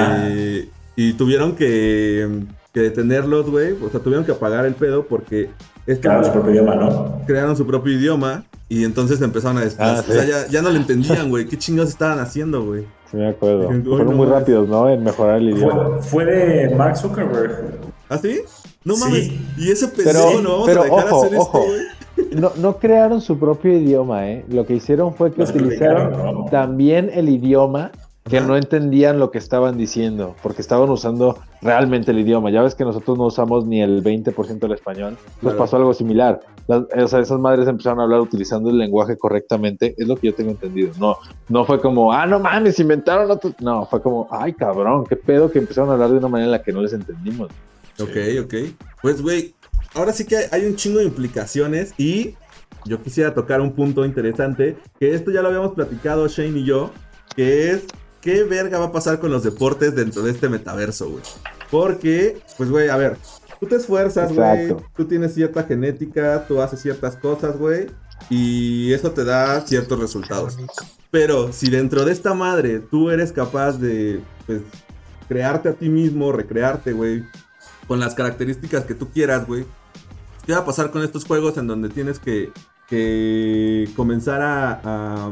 y tuvieron que detenerlos, güey. O sea, tuvieron que apagar el pedo porque... Crearon su propio idioma, ¿no? Crearon su propio idioma y entonces empezaron a desplazar. Sí. O sea, ya no lo entendían, güey. ¿Qué chingados estaban haciendo, güey? Sí, me acuerdo. Fueron muy rápidos, ¿no? En mejorar el idioma. Fue de Mark Zuckerberg. ¿Ah, sí? No mames. Sí. Y ese pendejo no vamos a dejar hacer esto, güey. No crearon su propio idioma, ¿eh? Lo que hicieron fue que utilizaron también el idioma que no entendían lo que estaban diciendo, porque estaban usando realmente el idioma. Ya ves que nosotros no usamos ni el 20% del español. Nos pasó algo similar. O sea, esas madres empezaron a hablar utilizando el lenguaje correctamente. Es lo que yo tengo entendido. No fue como, no mames, inventaron otro. No, fue como, ay, cabrón, qué pedo que empezaron a hablar de una manera en la que no les entendimos. Ok. Pues, güey, ahora sí que hay un chingo de implicaciones y yo quisiera tocar un punto interesante, que esto ya lo habíamos platicado Shane y yo, que es... ¿Qué verga va a pasar con los deportes dentro de este metaverso, güey? Porque, pues, güey, a ver, tú te esfuerzas, güey, tú tienes cierta genética, tú haces ciertas cosas, güey, y eso te da ciertos resultados. Pero si dentro de esta madre tú eres capaz de, pues, crearte a ti mismo, recrearte, güey, con las características que tú quieras, güey, ¿qué va a pasar con estos juegos en donde tienes que comenzar a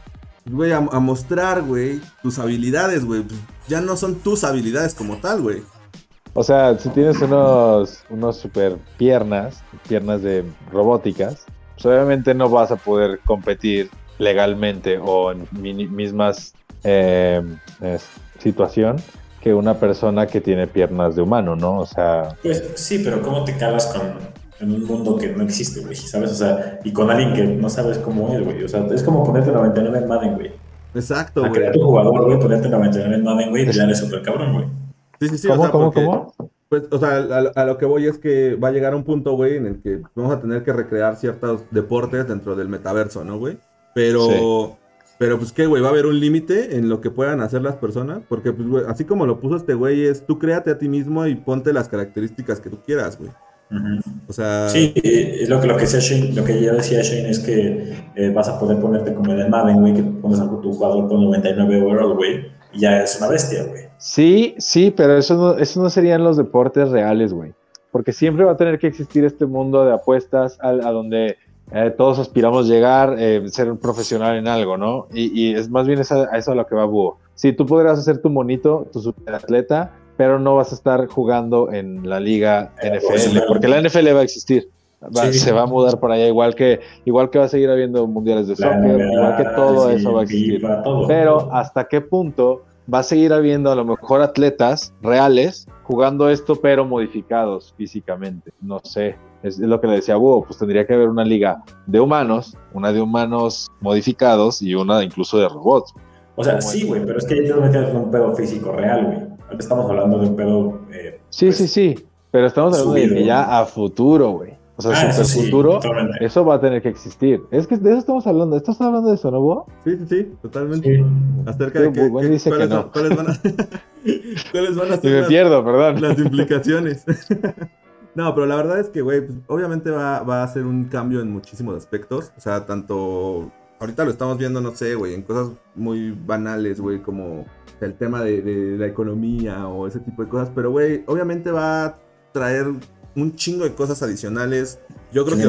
mostrar, güey, tus habilidades, güey? Ya no son tus habilidades como tal, güey. O sea, si tienes unos super piernas de robóticas, pues obviamente no vas a poder competir legalmente o en mismas situación que una persona que tiene piernas de humano, ¿no? O sea... Pues sí, pero ¿cómo te calas en un mundo que no existe, güey? ¿Sabes? O sea, y con alguien que no sabes cómo es, güey. O sea, es como ponerte 99 en Madden, güey. Exacto, güey. A crear tu jugador, güey, ponerte 99 en Madden, güey, ya eres súper cabrón, güey. Sí. ¿Cómo? Pues, o sea, a lo que voy es que va a llegar un punto, güey, en el que vamos a tener que recrear ciertos deportes dentro del metaverso, ¿no, güey? Pero, pues, ¿qué, güey? ¿Va a haber un límite en lo que puedan hacer las personas? Porque, pues, güey, así como lo puso este güey, es tú créate a ti mismo y ponte las características que tú quieras, güey. O sea... Sí, es lo que decía Shane, lo que ya decía Shane es que vas a poder ponerte como en el Madden, güey, que pones a tu jugador con 99 overall, güey, y ya es una bestia, güey. Sí, pero eso no serían los deportes reales, güey, porque siempre va a tener que existir este mundo de apuestas a donde todos aspiramos llegar, ser un profesional en algo, ¿no? Y es más bien a eso a lo que va Búho. Sí, tú podrás hacer tu monito, tu superatleta, pero no vas a estar jugando en la liga NFL, porque la NFL va a existir. Se va a mudar por allá, igual que va a seguir habiendo mundiales de soccer, igual que todo eso va a existir. Pero ¿hasta qué punto va a seguir habiendo a lo mejor atletas reales jugando esto, pero modificados físicamente? No sé, es lo que le decía Búho, pues tendría que haber una liga de humanos, una de humanos modificados y una incluso de robots. O sea, sí, güey, pero es que ya te metes en un pedo físico real, güey. Estamos hablando de un pedo... Sí, pero estamos hablando de que ya a futuro, güey. O sea, super futuro, totalmente. Eso va a tener que existir. Es que de eso estamos hablando. ¿Estás hablando de eso, no, Búho? Sí, totalmente. Sí. Acerca de dice que no. ¿Cuáles van a ser me pierdo, perdón. Las implicaciones? No, pero la verdad es que, güey, pues, obviamente va a ser un cambio en muchísimos aspectos. O sea, tanto... Ahorita lo estamos viendo, no sé, güey, en cosas muy banales, güey, como el tema de la economía o ese tipo de cosas. Pero, güey, obviamente va a traer un chingo de cosas adicionales. Yo creo que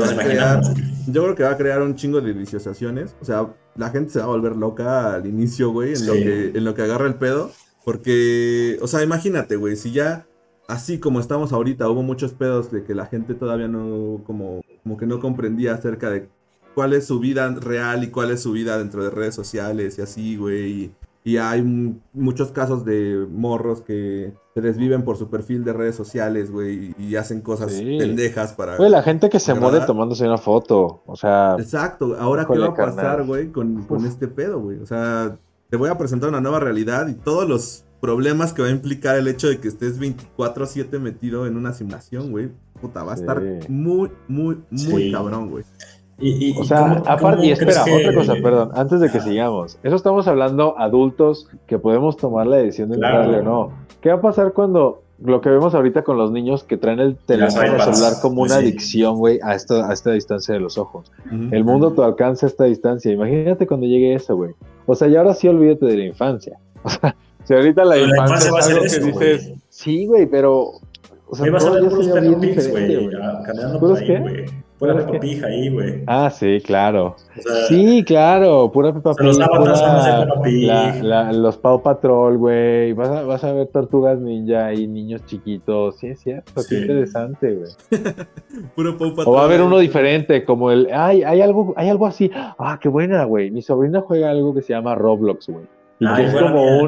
va a crear un chingo de disociaciones. O sea, la gente se va a volver loca al inicio, güey, en lo que agarra el pedo. Porque, o sea, imagínate, güey, si ya así como estamos ahorita, hubo muchos pedos de que la gente todavía no, como que no comprendía acerca de cuál es su vida real y cuál es su vida dentro de redes sociales y así, güey. Y hay muchos casos de morros que se desviven por su perfil de redes sociales, güey, y hacen cosas pendejas para... Güey, la gente que se muere tomándose una foto, o sea... Exacto, ahora ¿qué va a pasar, güey, con este pedo, güey? O sea, te voy a presentar una nueva realidad y todos los problemas que va a implicar el hecho de que estés 24/7 metido en una simulación, güey. Puta, va a estar muy cabrón, güey. O sea, aparte, y espera, otra cosa, perdón, antes de que sigamos. Eso estamos hablando adultos que podemos tomar la decisión de entrarle o no. ¿Qué va a pasar cuando lo que vemos ahorita con los niños que traen el teléfono celular como una adicción, güey, a esta distancia de los ojos? El mundo te alcanza a esta distancia. Imagínate cuando llegue eso, güey. O sea, y ahora sí olvídate de la infancia. O sea, si ahorita la infancia es algo que dices, güey. Sí, güey, pero... O sea, vas a ver puros Peppa Pigs, güey, caminando por ahí, güey. Pura Peppa Pig ahí, güey. Ah, sí, claro. O sea, sí, claro, pura Peppa Pig. Los avatars son de Peppa Pig. Los Paw Patrol, güey. Vas a ver Tortugas Ninja y niños chiquitos. Sí, es cierto, qué interesante, güey. Puro Paw Patrol. O va a haber uno diferente, como el... hay algo así. Ah, qué buena, güey. Mi sobrina juega algo que se llama Roblox, güey. Y que es como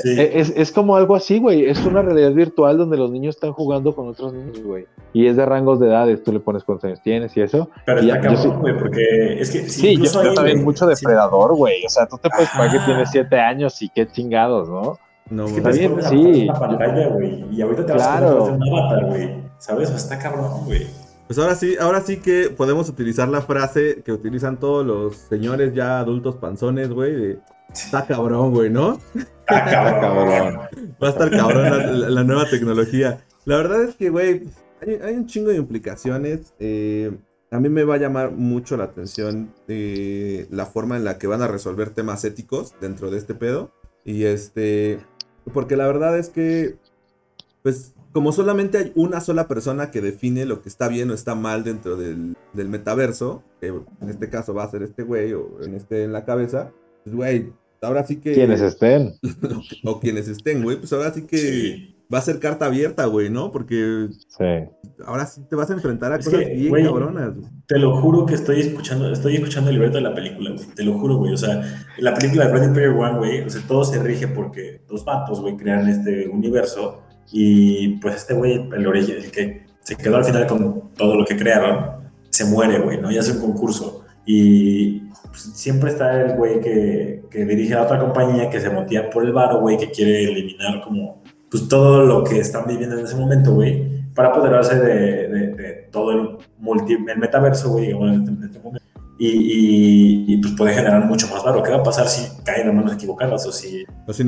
es como algo así, güey. Es una realidad virtual donde los niños están jugando con otros niños, güey. Y es de rangos de edades. Tú le pones cuántos años tienes y eso. Pero está cabrón, güey, porque es que... Sí, yo también mucho depredador, güey. O sea, tú te puedes pagar que tienes 7 años y qué chingados, ¿no? No, es que está bien, sí. Una pantalla, güey. Y ahorita te vas a hacer un avatar, güey. ¿Sabes? Está cabrón, güey. Pues ahora sí que podemos utilizar la frase que utilizan todos los señores ya adultos panzones, güey, está cabrón, güey, ¿no? Está cabrón. Va a estar cabrón la nueva tecnología. La verdad es que, güey, hay un chingo de implicaciones. A mí me va a llamar mucho la atención la forma en la que van a resolver temas éticos dentro de este pedo. Y porque la verdad es que, pues, como solamente hay una sola persona que define lo que está bien o está mal dentro del metaverso, que en este caso va a ser este güey o en la cabeza, pues güey, ahora sí que... Quienes estén. o quienes estén, güey, pues ahora sí que va a ser carta abierta, güey, ¿no? Porque ahora sí te vas a enfrentar a cosas bien cabronas. Te lo juro que estoy escuchando el libreto de la película, güey, te lo juro, güey, o sea, la película de Ready Player One, güey, o sea, todo se rige porque dos vatos, güey, crean este universo. Y pues este güey, el que se quedó al final con todo lo que crearon, se muere, güey, ¿no? Y hace un concurso. Y pues, siempre está el güey que dirige a otra compañía que se motiva por el varo, güey, que quiere eliminar como pues todo lo que están viviendo en ese momento, güey, para apoderarse de todo el metaverso, güey, digamos, en este momento. Y pues puede generar mucho más varo. ¿Qué va a pasar si caen en manos equivocadas? O si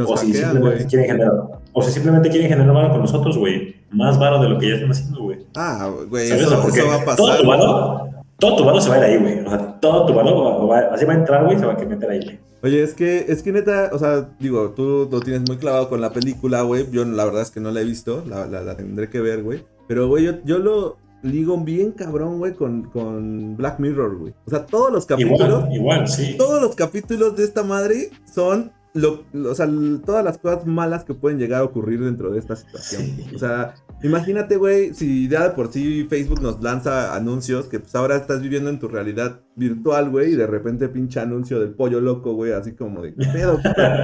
simplemente quieren generar varo con nosotros, güey. Más varo de lo que ya están haciendo, güey. Ah, güey, eso va a pasar. Todo tu varo se va a ir ahí, güey. O sea, todo tu varo así va a entrar, güey, se va a meter ahí, güey. Oye, es que neta, o sea, digo, tú lo tienes muy clavado con la película, güey. Yo la verdad es que no la he visto, la tendré que ver, güey. Pero, güey, yo lo ligo bien cabrón, güey, con Black Mirror, güey. O sea, todos los capítulos... Igual, sí. Todos los capítulos de esta madre son... o sea, todas las cosas malas que pueden llegar a ocurrir dentro de esta situación. Sí. O sea, imagínate, güey, si ya de por sí Facebook nos lanza anuncios que pues ahora estás viviendo en tu realidad virtual, güey, y de repente pinche anuncio del pollo loco, güey, así como de, ¿qué pedo?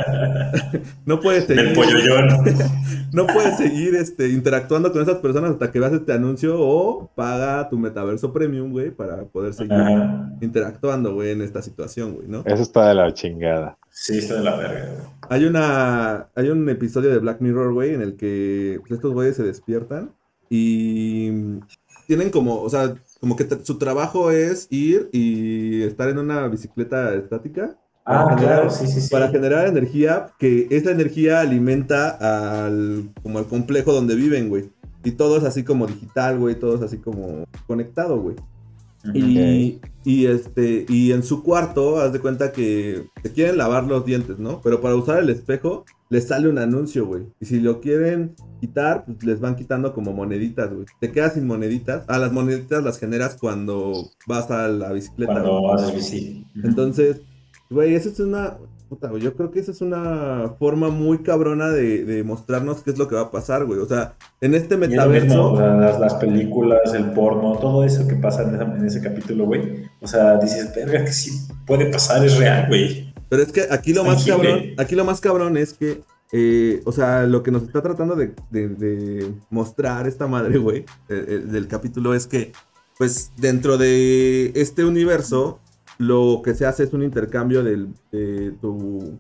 No puedes seguir... El pollollón. No puedes seguir interactuando con esas personas hasta que veas este anuncio o paga tu metaverso premium, güey, para poder seguir interactuando, güey, en esta situación, güey, ¿no? Eso está de la chingada. Sí, está de la verga, güey. Hay un episodio de Black Mirror, güey, en el que pues, estos güeyes se despiertan y tienen como, o sea, como que su trabajo es ir y estar en una bicicleta estática. Claro, sí. Para generar energía, que esa energía alimenta como al complejo donde viven, güey. Y todo es así como digital, güey, todo es así como conectado, güey. Okay. Y en su cuarto, haz de cuenta que te quieren lavar los dientes, ¿no? Pero para usar el espejo, les sale un anuncio, güey. Y si lo quieren quitar, pues les van quitando como moneditas, güey. Te quedas sin moneditas. Las moneditas las generas cuando vas a la bicicleta. Cuando haces bici. Entonces, güey, esa es una... Puta, güey, yo creo que esa es una forma muy cabrona de mostrarnos qué es lo que va a pasar, güey. O sea, en este metaverso... Mismo, o sea, las películas, el porno, todo eso que pasa en ese capítulo, güey. O sea, dices, verga, que sí puede pasar, es real, güey. Pero es que aquí lo más cabrón es que, o sea, lo que nos está tratando de mostrar esta madre, güey, del capítulo es que, pues, dentro de este universo... Lo que se hace es un intercambio de tu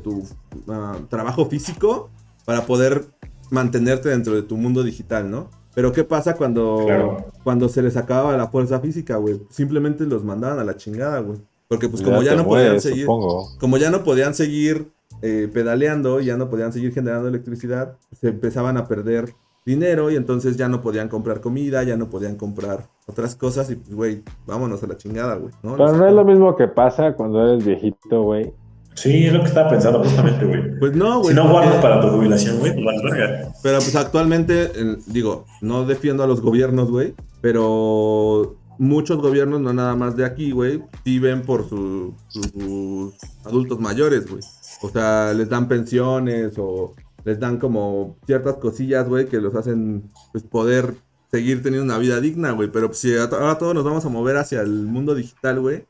trabajo físico para poder mantenerte dentro de tu mundo digital, ¿no? Pero ¿qué pasa Claro. cuando se les acababa la fuerza física, güey? Simplemente los mandaban a la chingada, güey. Porque pues como Ya ya te no podían mueres, seguir, supongo. como ya no podían seguir pedaleando, ya no podían seguir generando electricidad, se empezaban a perder dinero y entonces ya no podían comprar comida, ya no podían comprar otras cosas y pues, güey, vámonos a la chingada, güey, ¿no? Pero no es lo mismo que pasa cuando eres viejito, güey. Sí, es lo que estaba pensando justamente, güey. Pues no, güey. Si no porque- guardas para tu jubilación, güey, pues vas verga. Pero pues actualmente, digo, no defiendo a los gobiernos, güey, pero muchos gobiernos, no nada más de aquí, güey, viven por sus adultos mayores, güey. O sea, les dan pensiones o les dan como ciertas cosillas, güey, que los hacen pues poder seguir teniendo una vida digna, güey. Pero pues, si ahora todos nos vamos a mover hacia el mundo digital, güey,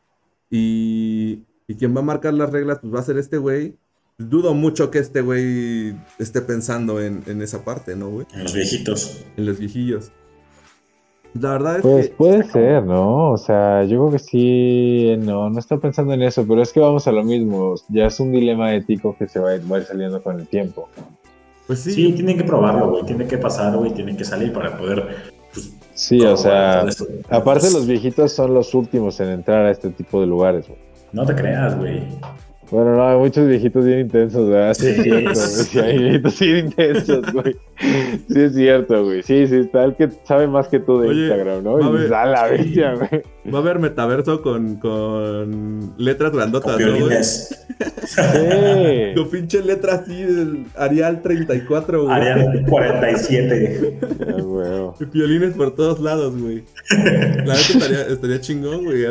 y quien va a marcar las reglas, pues va a ser este güey. Dudo mucho que este güey esté pensando en esa parte, ¿no, güey? En los viejitos. En los viejillos. La verdad es Pues que... puede ser, ¿no? O sea, yo creo que sí, no está pensando en eso, pero es que vamos a lo mismo. Ya es un dilema ético que se va a ir saliendo con el tiempo. Pues sí. Sí, tienen que probarlo, güey. Tiene que pasar, güey. Tienen que salir para poder. Pues, Sí, o sea, todo esto. aparte los viejitos son los últimos en entrar a este tipo de lugares, güey. No te creas, güey. Bueno, no, hay muchos viejitos bien intensos, ¿verdad? Sí, es Sí. cierto, güey. Sí, hay viejitos bien intensos, güey. Sí, es cierto, güey. Sí, está el que sabe más que tú de Oye, Instagram, ¿no? va a Y ver- a la bestia, güey. Va a haber metaverso con letras grandotas, Con ¿no, güey? violines. Sí. Con pinche letra así del Arial 34, güey. Arial 47. Ah, güey. Y violines por todos lados, güey. La neta estaría chingón, güey.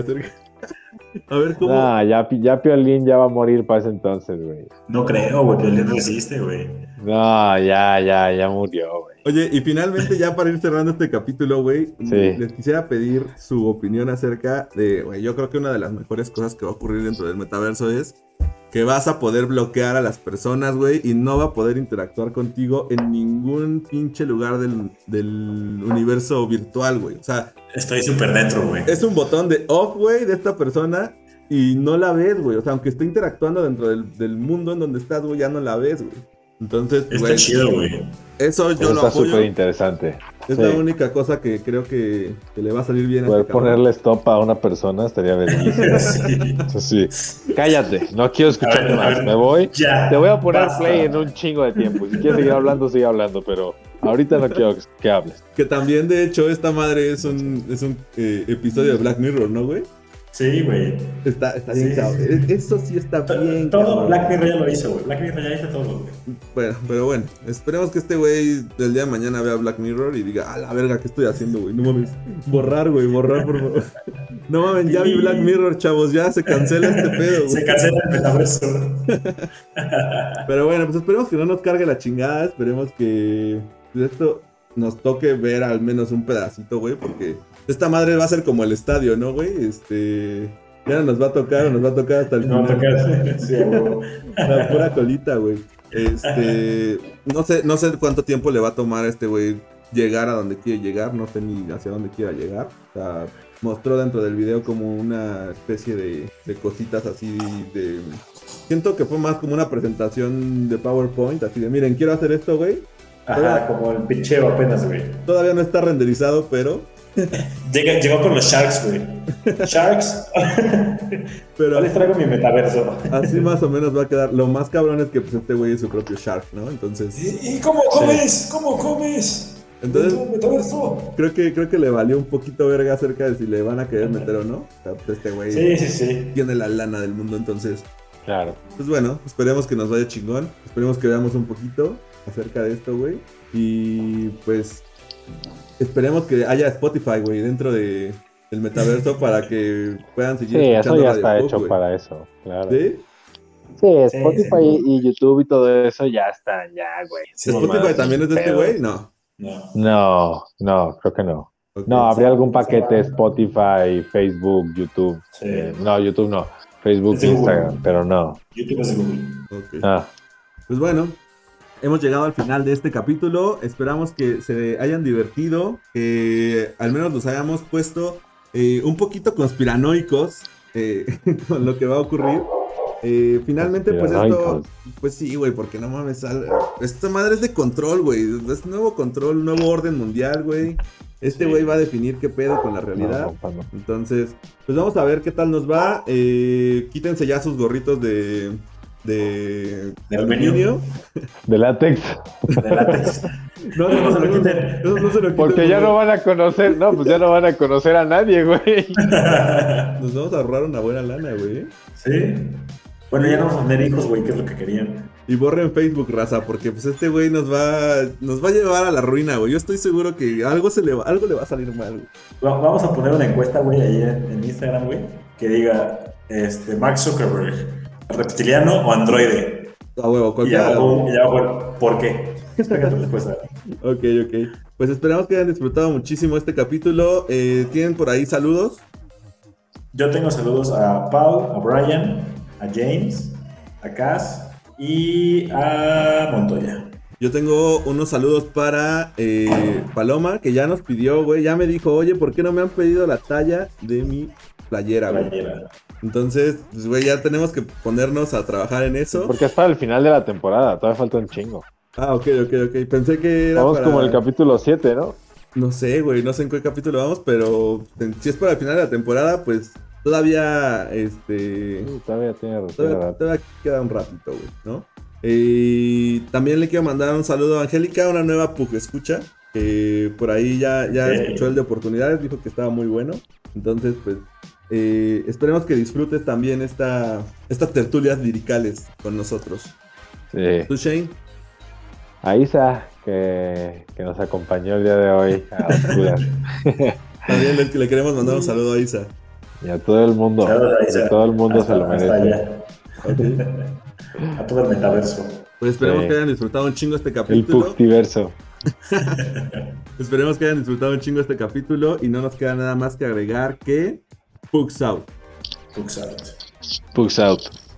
A ver cómo... Nah, ya Piolín ya va a morir para ese entonces, güey. No creo, güey. Violín no existe, güey. No, ya murió, güey. Oye, y finalmente ya para ir cerrando este capítulo, güey, Sí. les quisiera pedir su opinión acerca de, güey, yo creo que una de las mejores cosas que va a ocurrir dentro del metaverso es que vas a poder bloquear a las personas, güey, y no va a poder interactuar contigo en ningún pinche lugar del universo virtual, güey. O sea, Estoy súper dentro, güey. es un botón de off, güey, de esta persona y no la ves, güey. O sea, aunque esté interactuando dentro del mundo en donde estás, güey, ya no la ves, güey. Entonces, Está güey, chido, güey. eso yo Eso lo está apoyo. súper interesante. Es Sí. la única cosa que creo que le va a salir bien a Poder este cabrón. ponerle stop a una persona estaría bellísimo. Sí. Eso sí. Cállate, no quiero escuchar A ver, más. Me voy. Ya. Te voy a poner basta. play en un chingo de tiempo. Si quieres seguir hablando, sigue hablando, pero ahorita no quiero que hables. Que también, de hecho, esta madre es un episodio de Black Mirror, ¿no, güey? Sí, güey. Está bien, Sí, cabrón. sí. Eso sí está bien, Todo cabrón. Black Mirror ya lo hizo, güey. Black Mirror ya hizo todo, güey. Bueno, pero bueno, esperemos que este güey del día de mañana vea Black Mirror y diga, a la verga, ¿qué estoy haciendo, güey? No mames. Borrar, güey, borrar, por favor. No mames, ya vi Black Mirror, chavos, ya se cancela este pedo, Se güey. cancela el metaverso. Pero bueno, pues esperemos que no nos cargue la chingada, esperemos que de esto nos toque ver al menos un pedacito, güey, porque esta madre va a ser como el estadio, ¿no, güey? Ya no nos va a tocar o nos va a tocar hasta el No, final. toca. Sí, güey. La pura colita, güey. No sé cuánto tiempo le va a tomar a este güey llegar a donde quiere llegar, no sé ni hacia dónde quiera llegar. O sea, mostró dentro del video como una especie de cositas así de... Siento que fue más como una presentación de PowerPoint, así de, miren, quiero hacer esto, güey. Ajá, como el pincheo apenas, güey. Todavía no está renderizado, pero... Llegó con los Sharks, güey. Sharks. Pero Les traigo mi metaverso. así más o menos va a quedar. Lo más cabrón es que pues, este güey es su propio Shark, ¿no? Entonces... ¿Y cómo comes? ¿Cómo comes? Entonces, ¿Tu metaverso? creo que le valió un poquito verga acerca de si le van a querer meter o no. O sea, pues este güey Sí. tiene la lana del mundo, entonces... Claro. Pues bueno, esperemos que nos vaya chingón. Esperemos que veamos un poquito acerca de esto, güey. Y pues... Esperemos que haya Spotify, güey, dentro del metaverso para que puedan seguir Sí, eso escuchando ya Radio está Pop, hecho güey. para eso, claro. ¿Sí? Sí, Spotify Sí. y YouTube y todo eso ya están, ya, güey. ¿Spotify también es de este güey? No. No, creo que no. Ok. No, habría algún paquete Spotify, Facebook, YouTube. Sí. No, YouTube no. Facebook, Es de Google. Instagram, pero no. YouTube es de Google. Ok. Ah, Pues bueno, hemos llegado al final de este capítulo. Esperamos que se hayan divertido, que al menos los hayamos puesto un poquito conspiranoicos con lo que va a ocurrir. Finalmente, pues esto, pues sí, güey, porque no mames, esta madre es de control, güey, es nuevo control, nuevo orden mundial, güey. Güey va a definir qué pedo con la realidad. Entonces, pues vamos a ver qué tal nos va. Quítense ya sus gorritos de aluminio. De látex. No se lo quiten. Porque ya no van a conocer, pues ya no van a conocer a nadie, güey. Nos vamos a ahorrar una buena lana, güey. Sí. Bueno, ya no vamos a tener hijos, güey, que es lo que querían. Y borren Facebook, raza, porque pues güey nos va a llevar a la ruina, güey. Yo estoy seguro que algo le va a salir mal, güey. Vamos a poner una encuesta, güey, ahí en Instagram, güey, que diga, Mark Zuckerberg, ¿reptiliano o androide? A huevo, cualquiera. Ya, bueno, ¿por qué? Espera tu respuesta. Ok. Pues esperamos que hayan disfrutado muchísimo este capítulo. ¿Tienen por ahí saludos? Yo tengo saludos a Pau, a Brian, a James, a Cass y a Montoya. Yo tengo unos saludos para Paloma, que ya nos pidió, güey, ya me dijo, oye, ¿por qué no me han pedido la talla de mi playera, güey? Entonces, pues, güey, ya tenemos que ponernos a trabajar en eso. Porque es para el final de la temporada, todavía falta un chingo. Ah, ok. Pensé que era vamos como el capítulo 7, ¿no? No sé, güey, no sé en qué capítulo vamos, pero si es para el final de la temporada, pues todavía, todavía queda un ratito, güey, ¿no? También le quiero mandar un saludo a Angélica, una nueva Pug escucha, que por ahí ya escuchó el de oportunidades, dijo que estaba muy bueno. Entonces, pues, esperemos que disfrutes también estas tertulias liricales con nosotros. Sí. ¿Tú, Shane? A Isa, que nos acompañó el día de hoy a oscuras. También le queremos mandar un saludo a Isa. Y a todo el mundo. Todo el mundo se lo merece. Okay. A todo el metaverso. Pues esperemos que hayan disfrutado un chingo este capítulo. El Pugtiverso. Esperemos que hayan disfrutado un chingo este capítulo y no nos queda nada más que agregar que Pugs out. Pugs out. Pugs out.